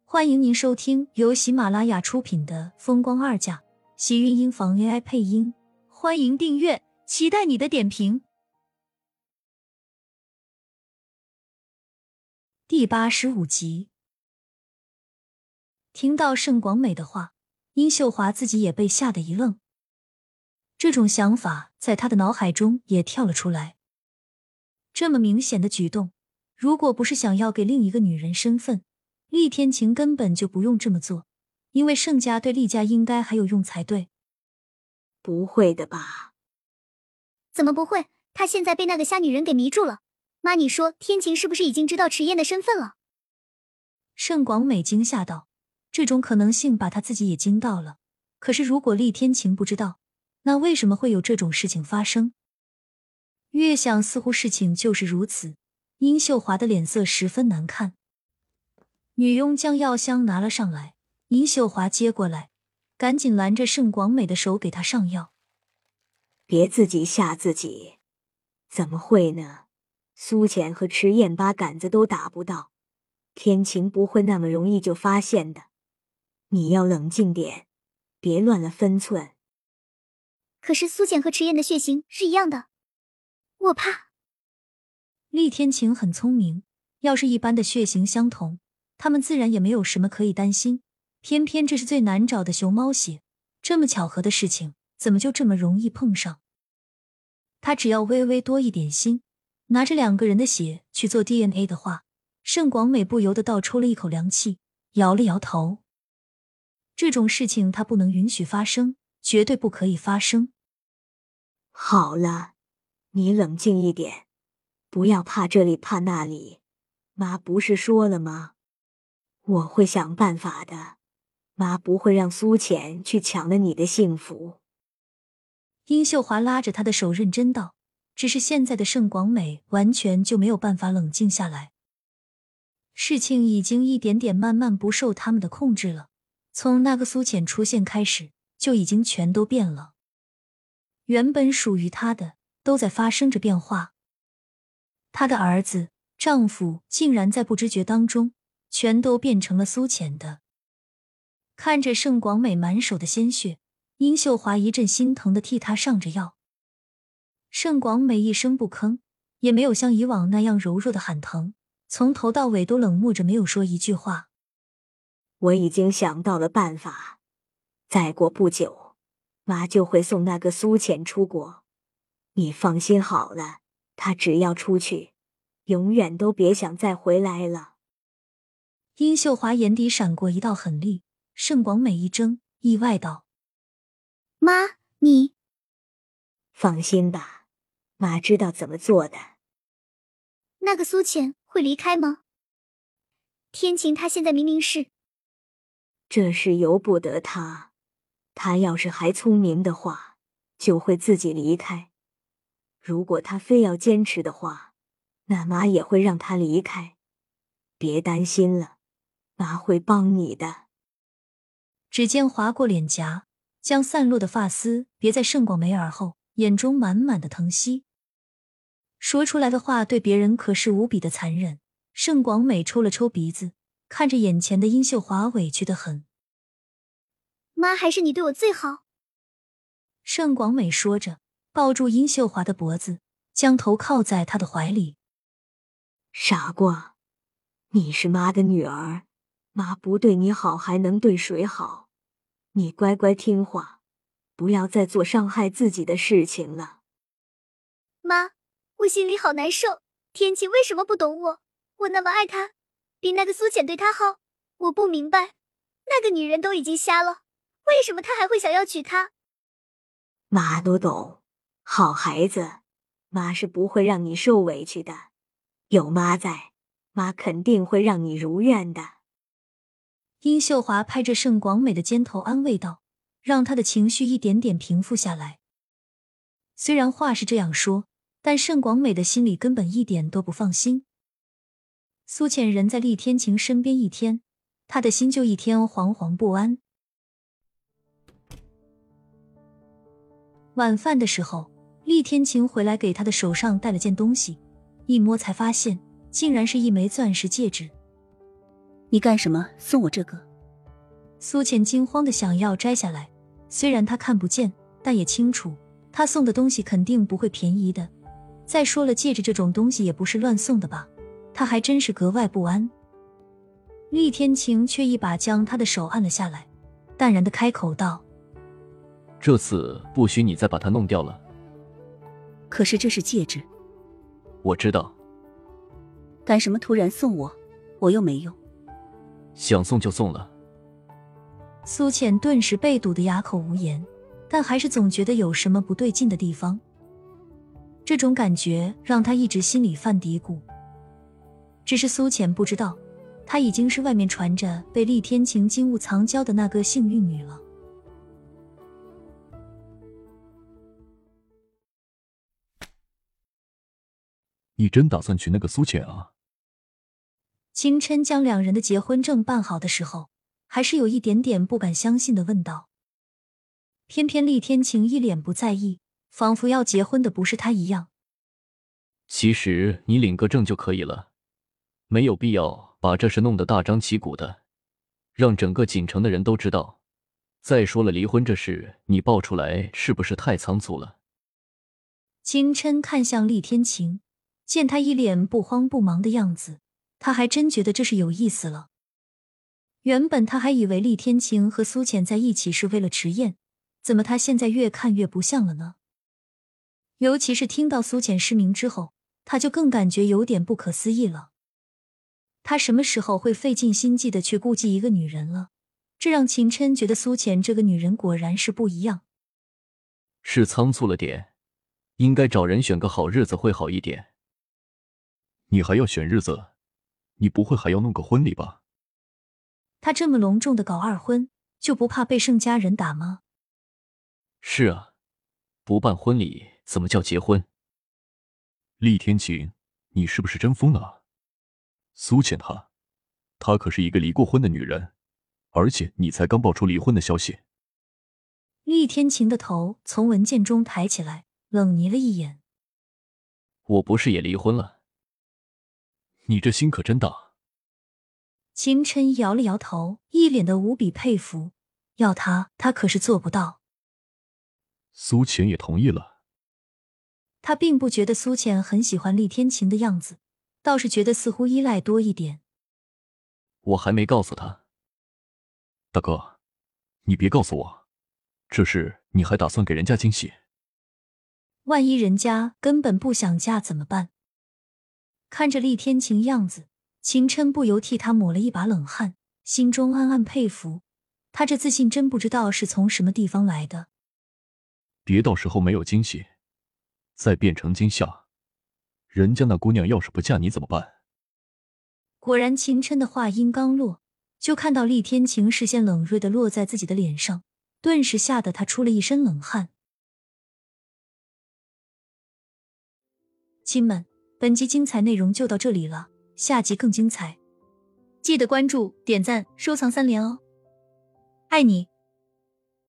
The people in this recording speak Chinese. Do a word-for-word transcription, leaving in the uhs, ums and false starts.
欢迎您收听由喜马拉雅出品的《风光二嫁》，喜运音房 A I 配音。欢迎订阅，期待你的点评。第八十五集，听到盛广美的话，殷秀华自己也被吓得一愣。这种想法在他的脑海中也跳了出来。这么明显的举动，如果不是想要给另一个女人身份，厉天晴根本就不用这么做，因为盛家对厉家应该还有用才对。 不会的吧？ 怎么不会？他现在被那个瞎女人给迷住了。妈，你说天晴是不是已经知道迟燕的身份了？ 盛广美惊吓道，这种可能性把他自己也惊到了。可是如果厉天晴不知道，那为什么会有这种事情发生？越想似乎事情就是如此，殷秀华的脸色十分难看。女佣将药箱拿了上来，殷秀华接过来，赶紧拦着盛广美的手给她上药。 别自己吓自己，怎么会呢？苏浅和迟燕八杆子都打不到，天晴不会那么容易就发现的。你要冷静点，别乱了分寸。 可是苏浅和迟燕的血型是一样的，我怕。 厉天晴很聪明，要是一般的血型相同，他们自然也没有什么可以担心，偏偏这是最难找的熊猫血，这么巧合的事情怎么就这么容易碰上？他只要微微多一点心，拿着两个人的血去做 D N A 的话，盛广美不由得倒抽了一口凉气，摇了摇头。这种事情他不能允许发生，绝对不可以发生。 好了，你冷静一点，不要怕这里怕那里。妈不是说了吗？我会想办法的，妈不会让苏浅去抢了你的幸福。 殷秀华拉着他的手认真道，只是现在的盛广美完全就没有办法冷静下来。事情已经一点点慢慢不受他们的控制了，从那个苏浅出现开始，就已经全都变了。原本属于他的都在发生着变化。他的儿子、丈夫竟然在不知觉当中全都变成了苏浅的。看着盛广美满手的鲜血，殷秀华一阵心疼地替他上着药。盛广美一声不吭，也没有像以往那样柔弱的喊疼，从头到尾都冷漠着没有说一句话。 我已经想到了办法，再过不久，妈就会送那个苏浅出国。你放心好了，她只要出去，永远都别想再回来了。 殷秀华眼底闪过一道狠厉，盛广美一怔，意外道： 妈，你…… 放心吧，妈知道怎么做的。 那个苏浅会离开吗？天晴她现在明明是…… 这事由不得她，她要是还聪明的话，就会自己离开。如果她非要坚持的话，那妈也会让她离开。别担心了，妈会帮你的。 指尖划过脸颊，将散落的发丝别在盛广美耳后，眼中满满的疼惜。说出来的话对别人可是无比的残忍。盛广美抽了抽鼻子，看着眼前的殷秀华委屈得很。 妈，还是你对我最好。 盛广美说着，抱住殷秀华的脖子，将头靠在她的怀里。 傻瓜，你是妈的女儿，妈不对你好还能对谁好？你乖乖听话，不要再做伤害自己的事情了。 妈，我心里好难受，天晴为什么不懂我？我那么爱她，比那个苏浅对她好，我不明白，那个女人都已经瞎了，为什么她还会想要娶她？ 妈都懂，好孩子，妈是不会让你受委屈的，有妈在，妈肯定会让你如愿的。 殷秀华拍着盛广美的肩头安慰道，让她的情绪一点点平复下来。虽然话是这样说，但盛广美的心里根本一点都不放心。苏浅人在厉天晴身边一天，她的心就一天惶惶不安。晚饭的时候，厉天晴回来给她的手上戴了件东西，一摸才发现竟然是一枚钻石戒指。 你干什么送我这个？ 苏浅惊慌的想要摘下来，虽然他看不见，但也清楚他送的东西肯定不会便宜的。再说了，戒指这种东西也不是乱送的吧，他还真是格外不安。厉天晴却一把将他的手按了下来，淡然的开口道： 这次不许你再把它弄掉了。 可是这是戒指。 我知道。 干什么突然送我？我又没用。 想送就送了。 苏浅顿时被堵得哑口无言，但还是总觉得有什么不对劲的地方。这种感觉让他一直心里犯嘀咕。只是苏浅不知道，她已经是外面传着被厉天晴金屋藏娇的那个幸运女了。 你真打算娶那个苏浅啊？ 清琛将两人的结婚证办好的时候，还是有一点点不敢相信地问道。偏偏厉天晴一脸不在意，仿佛要结婚的不是他一样。 其实你领个证就可以了，没有必要把这事弄得大张旗鼓的，让整个锦城的人都知道。再说了，离婚这事你爆出来是不是太仓促了？ 清琛看向厉天晴，见他一脸不慌不忙的样子，他还真觉得这是有意思了。原本他还以为厉天晴和苏浅在一起是为了迟宴，怎么他现在越看越不像了呢？尤其是听到苏浅失明之后，他就更感觉有点不可思议了。他什么时候会费尽心机的去顾及一个女人了？这让秦琛觉得苏浅这个女人果然是不一样。 是仓促了点，应该找人选个好日子会好一点。 你还要选日子？你不会还要弄个婚礼吧？ 他这么隆重的搞二婚，就不怕被盛家人打吗？ 是啊，不办婚礼怎么叫结婚？ 厉天晴，你是不是真疯了？苏浅她，她可是一个离过婚的女人，而且你才刚爆出离婚的消息。 厉天晴的头从文件中抬起来，冷睨了一眼。 我不是也离婚了？ 你这心可真大。 秦琛摇了摇头，一脸的无比佩服，要他，他可是做不到。 苏浅也同意了。 他并不觉得苏浅很喜欢厉天晴的样子，倒是觉得似乎依赖多一点。 我还没告诉他。 大哥，你别告诉我，这事你还打算给人家惊喜？ 万一人家根本不想嫁怎么办？看着厉天晴样子，秦琛不由替他抹了一把冷汗，心中暗暗佩服，他这自信真不知道是从什么地方来的。 别到时候没有惊喜，再变成惊吓，人家那姑娘要是不嫁你怎么办？ 果然秦琛的话音刚落，就看到厉天晴视线冷锐地落在自己的脸上，顿时吓得他出了一身冷汗。亲们，本集精彩内容就到这里了，下集更精彩，记得关注、点赞、收藏三连哦！爱你。